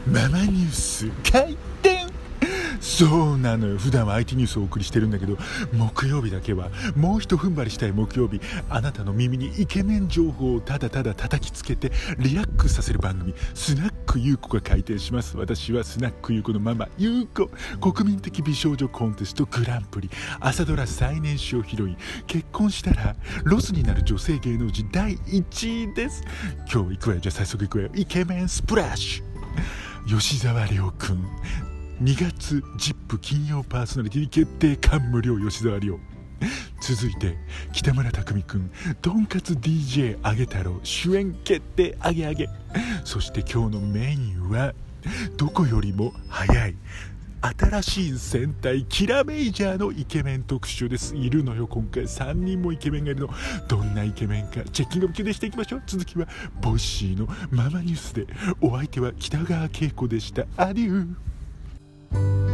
ママニュース開店。そうなのよ。普段は IT ニュースをお送りしてるんだけど、木曜日だけはもう一踏ん張りしたい木曜日、あなたの耳にイケメン情報をただただ叩きつけてリラックスさせる番組、スナック優子が開店します。私はスナック優子のママ優子。国民的美少女コンテストグランプリ、朝ドラ最年少ヒロイン、結婚したらロスになる女性芸能人第1位です。今日行くわよ。じゃあ早速行くわよ。イケメンスプラッシュ吉沢亮くん、2月 ZIP 金曜パーソナリティ決定感無量吉沢亮。続いて北村匠海くん、とんかつ DJ あげ太郎主演決定あげあげ。そして今日のメニューはどこよりも早い新しい戦隊キラメイジャーのイケメン特集です。いるのよ、今回3人もイケメンがいるの。どんなイケメンかチェッキングをでしていきましょう。続きはボッシーのママニュースで。お相手は北川景子でした。アデュー。